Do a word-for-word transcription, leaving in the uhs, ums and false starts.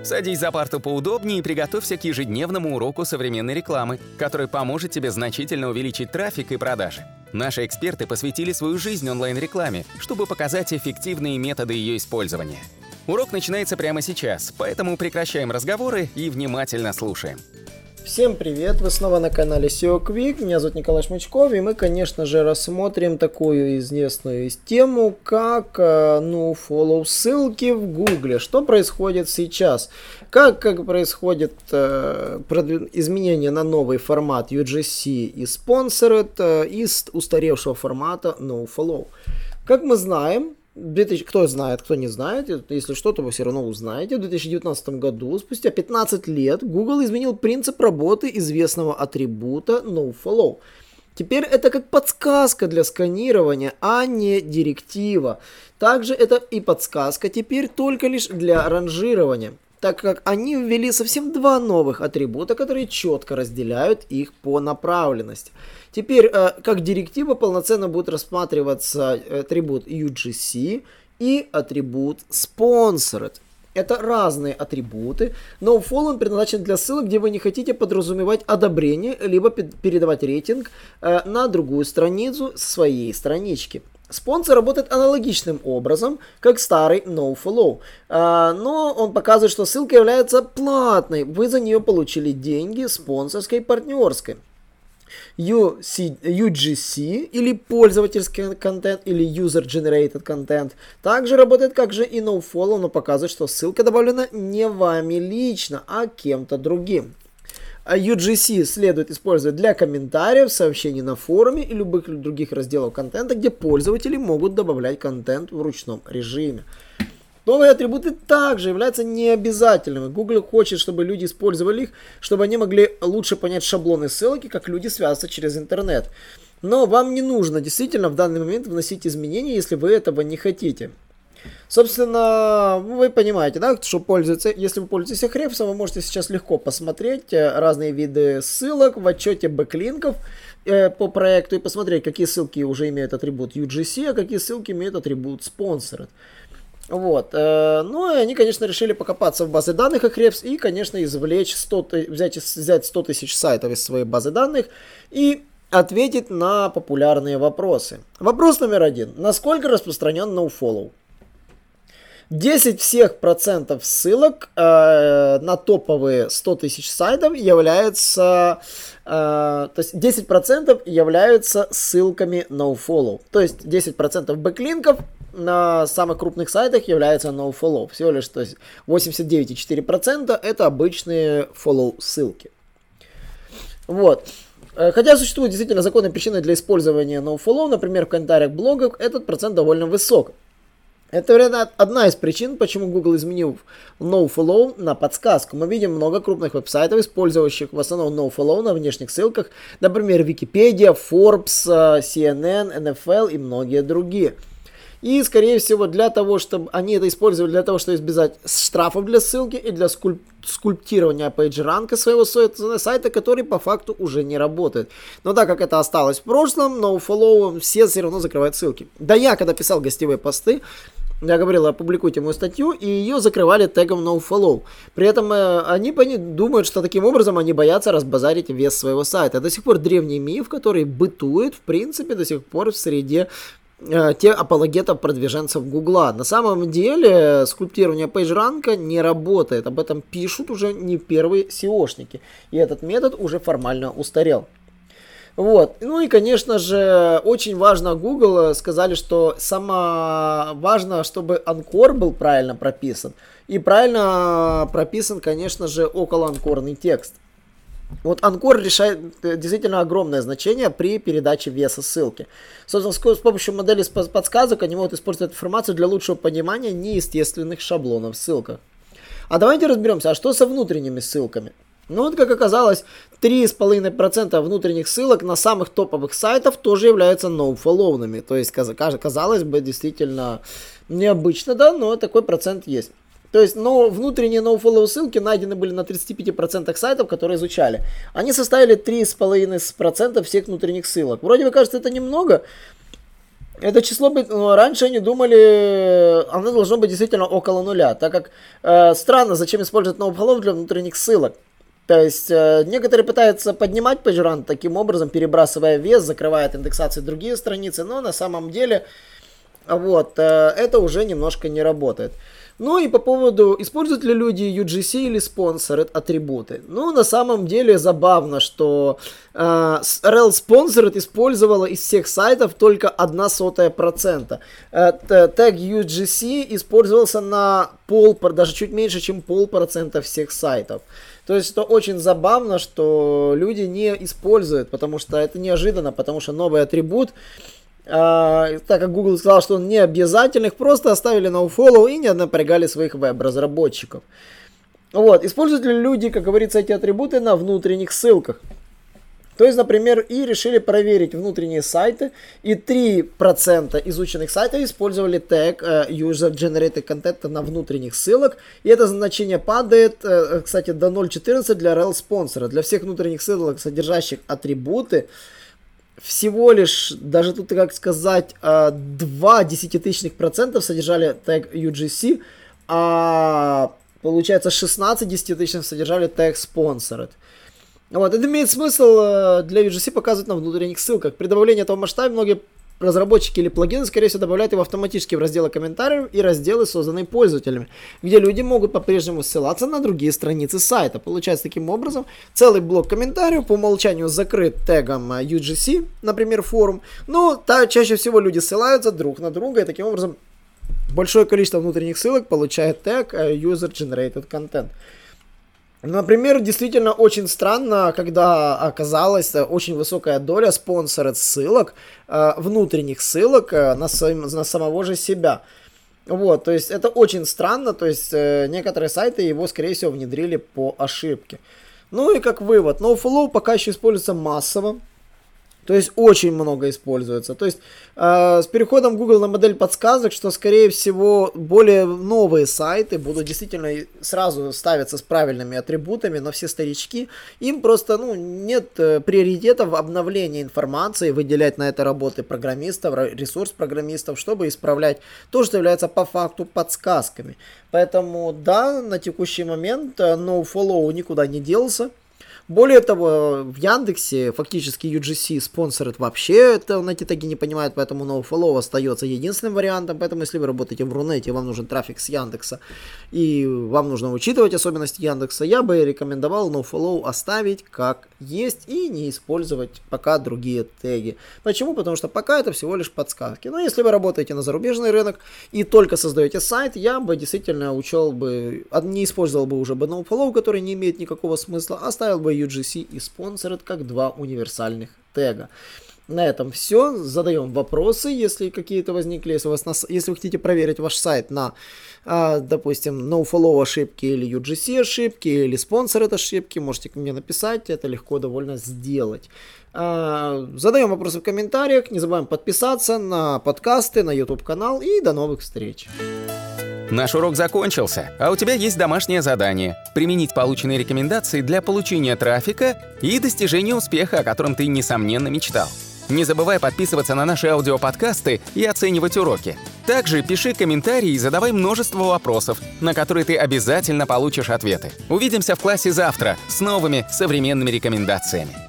Садись за парту поудобнее и приготовься к ежедневному уроку современной рекламы, который поможет тебе значительно увеличить трафик и продажи. Наши эксперты посвятили свою жизнь онлайн-рекламе, чтобы показать эффективные методы ее использования. Урок начинается прямо сейчас, поэтому прекращаем разговоры и внимательно слушаем. Всем привет! Вы снова на канале эс и о Quick. Меня зовут Николай Шмычков, и мы, конечно же, рассмотрим такую известную тему, как nofollow ссылки в Гугле. Что происходит сейчас? Как, как происходит э, изменение на новый формат ю джи си и Sponsored э, из устаревшего формата nofollow? Как мы знаем, кто знает, кто не знает, если что, то вы все равно узнаете. В две тысячи девятнадцатом году, спустя пятнадцать лет, Google изменил принцип работы известного атрибута nofollow. Теперь это как подсказка для сканирования, а не директива. Также это и подсказка теперь только лишь для ранжирования, так как они ввели совсем два новых атрибута, которые четко разделяют их по направленности. Теперь как директива полноценно будет рассматриваться атрибут ю джи си и атрибут Sponsored. Это разные атрибуты. nofollow предназначен для ссылок, где вы не хотите подразумевать одобрение, либо передавать рейтинг на другую страницу своей странички. Sponsor работает аналогичным образом, как старый nofollow, но он показывает, что ссылка является платной. Вы за нее получили деньги спонсорской, партнерской. ю джи си или пользовательский контент или user generated content также работает как же и nofollow, но показывает, что ссылка добавлена не вами лично, а кем-то другим. ю джи си следует использовать для комментариев, сообщений на форуме и любых других разделов контента, где пользователи могут добавлять контент в ручном режиме. Новые атрибуты также являются необязательными. Google хочет, чтобы люди использовали их, чтобы они могли лучше понять шаблоны ссылок и как люди связываются через интернет. Но вам не нужно действительно в данный момент вносить изменения, если вы этого не хотите. Собственно, вы понимаете, да, что пользуется, если вы пользуетесь Ahrefs, вы можете сейчас легко посмотреть разные виды ссылок в отчете бэклинков э, по проекту и посмотреть, какие ссылки уже имеют атрибут ю джи си, а какие ссылки имеют атрибут Sponsored. Вот, э, ну и они, конечно, решили покопаться в базе данных Ahrefs и, конечно, извлечь сто, взять, взять сто тысяч сайтов из своей базы данных и ответить на популярные вопросы. Вопрос номер один. Насколько распространен nofollow? десять всех процентов ссылок э, на топовые сто тысяч сайтов являются, э, то есть десять процентов являются ссылками nofollow. То есть десять процентов бэклинков на самых крупных сайтах является nofollow. Всего лишь, то есть восемьдесят девять целых четыре десятых процента это обычные follow ссылки. Вот. Хотя существуют действительно законные причины для использования nofollow, например, в комментариях блогов этот процент довольно высок. Это, вероятно, одна из причин, почему Google изменил nofollow на подсказку. Мы видим много крупных веб-сайтов, использующих в основном nofollow на внешних ссылках, например, Wikipedia, Forbes, си эн эн, эн эф эл и многие другие. И, скорее всего, для того, чтобы они это использовали для того, чтобы избежать штрафов для ссылки и для скульп- скульптирования PageRank своего сайта, который по факту уже не работает. Но так как это осталось в прошлом, nofollow все все равно закрывают ссылки. Да я, когда писал гостевые посты, я говорил, опубликуйте мою статью, и ее закрывали тегом nofollow. При этом э, они думают, что таким образом они боятся разбазарить вес своего сайта. До сих пор древний миф, который бытует, в принципе, до сих пор в среде те апологетов продвиженцев Гугла. На самом деле скульптирование PageRank не работает. Об этом пишут уже не первые сеошники. И этот метод уже формально устарел. Вот. Ну и, конечно же, очень важно, Google сказали, что самое важно, чтобы анкор был правильно прописан. И правильно прописан, конечно же, околоанкорный текст. Вот анкор решает действительно огромное значение при передаче веса ссылки. Собственно, с помощью модели подсказок они могут использовать информацию для лучшего понимания неестественных шаблонов в ссылках. А давайте разберемся, а что со внутренними ссылками? Ну вот, как оказалось, три целых пять десятых процента внутренних ссылок на самых топовых сайтах тоже являются nofollowными. То есть, казалось бы, действительно необычно, да, но такой процент есть. То есть, но внутренние nofollow ссылки найдены были на тридцати пяти процентах сайтов, которые изучали. Они составили три целых пять десятых процента всех внутренних ссылок. Вроде бы кажется, это немного, Это число, ну, раньше они думали, оно должно быть действительно около нуля, так как э, странно, зачем использовать NoFollow для внутренних ссылок. То есть э, некоторые пытаются поднимать PageRank таким образом, перебрасывая вес, закрывая от индексации другие страницы, но на самом деле вот, э, это уже немножко не работает. Ну и по поводу, используют ли люди ю джи си или Sponsored атрибуты. Ну, на самом деле забавно, что э, рел Sponsored использовала из всех сайтов только одна сотая процента. Э, тег ю джи си использовался на пол, даже чуть меньше, чем полпроцента всех сайтов. То есть это очень забавно, что люди не используют, потому что это неожиданно, потому что новый атрибут, Uh, так как Google сказал, что он не обязательный, их просто оставили nofollow и не напрягали своих веб-разработчиков. Вот. Используют ли люди, как говорится, эти атрибуты на внутренних ссылках? То есть, например, и решили проверить внутренние сайты, и три процента изученных сайтов использовали тег uh, User Generated Content на внутренних ссылок, и это значение падает, uh, кстати, до ноль целых четырнадцать для рел Sponsor. Для всех внутренних ссылок, содержащих атрибуты, всего лишь, даже тут, как сказать, два десятитысячных процента содержали тег ю джи си, а получается шестнадцать десятитысячных содержали тег Sponsored. Вот, это имеет смысл для ю джи си показывать на внутренних ссылках. При добавлении этого масштаба многие разработчики или плагины, скорее всего, добавляют его автоматически в разделы комментариев и разделы, созданные пользователями, где люди могут по-прежнему ссылаться на другие страницы сайта. Получается, таким образом, целый блок комментариев по умолчанию закрыт тегом ю джи си, например, форум, но та, чаще всего люди ссылаются друг на друга, и таким образом большое количество внутренних ссылок получает тег User Generated Content. Например, действительно очень странно, когда оказалась очень высокая доля спонсоров ссылок, внутренних ссылок на, своим, на самого же себя. Вот, то есть это очень странно, то есть некоторые сайты его, скорее всего, внедрили по ошибке. Ну и как вывод, NoFollow пока еще используется массово. То есть очень много используется. То есть э, с переходом Google на модель подсказок, что скорее всего более новые сайты будут действительно сразу ставиться с правильными атрибутами, но все старички, им просто ну, нет э, приоритета в обновлении информации, выделять на это работы программистов, ресурс программистов, чтобы исправлять то, что является по факту подсказками. Поэтому да, на текущий момент э, NoFollow никуда не делся. Более того, в Яндексе фактически ю джи си Sponsored вообще это на эти теги не понимают, поэтому NoFollow остается единственным вариантом. Поэтому если вы работаете в Рунете, вам нужен трафик с Яндекса и вам нужно учитывать особенности Яндекса, я бы рекомендовал NoFollow оставить как есть и не использовать пока другие теги. Почему? Потому что пока это всего лишь подсказки. Но если вы работаете на зарубежный рынок и только создаете сайт, я бы действительно учел бы, не использовал бы уже бы NoFollow, который не имеет никакого смысла, оставил бы ю джи си и Sponsored как два универсальных тега. На этом все. Задаем вопросы, если какие-то возникли. Если, у вас на, если вы хотите проверить ваш сайт на, а, допустим, NoFollow ошибки или ю джи си ошибки или Sponsored ошибки, можете мне написать. Это легко довольно сделать. А, задаем вопросы в комментариях. Не забываем подписаться на подкасты, на YouTube канал. И до новых встреч. Наш урок закончился, а у тебя есть домашнее задание – применить полученные рекомендации для получения трафика и достижения успеха, о котором ты, несомненно, мечтал. Не забывай подписываться на наши аудиоподкасты и оценивать уроки. Также пиши комментарии и задавай множество вопросов, на которые ты обязательно получишь ответы. Увидимся в классе завтра с новыми современными рекомендациями.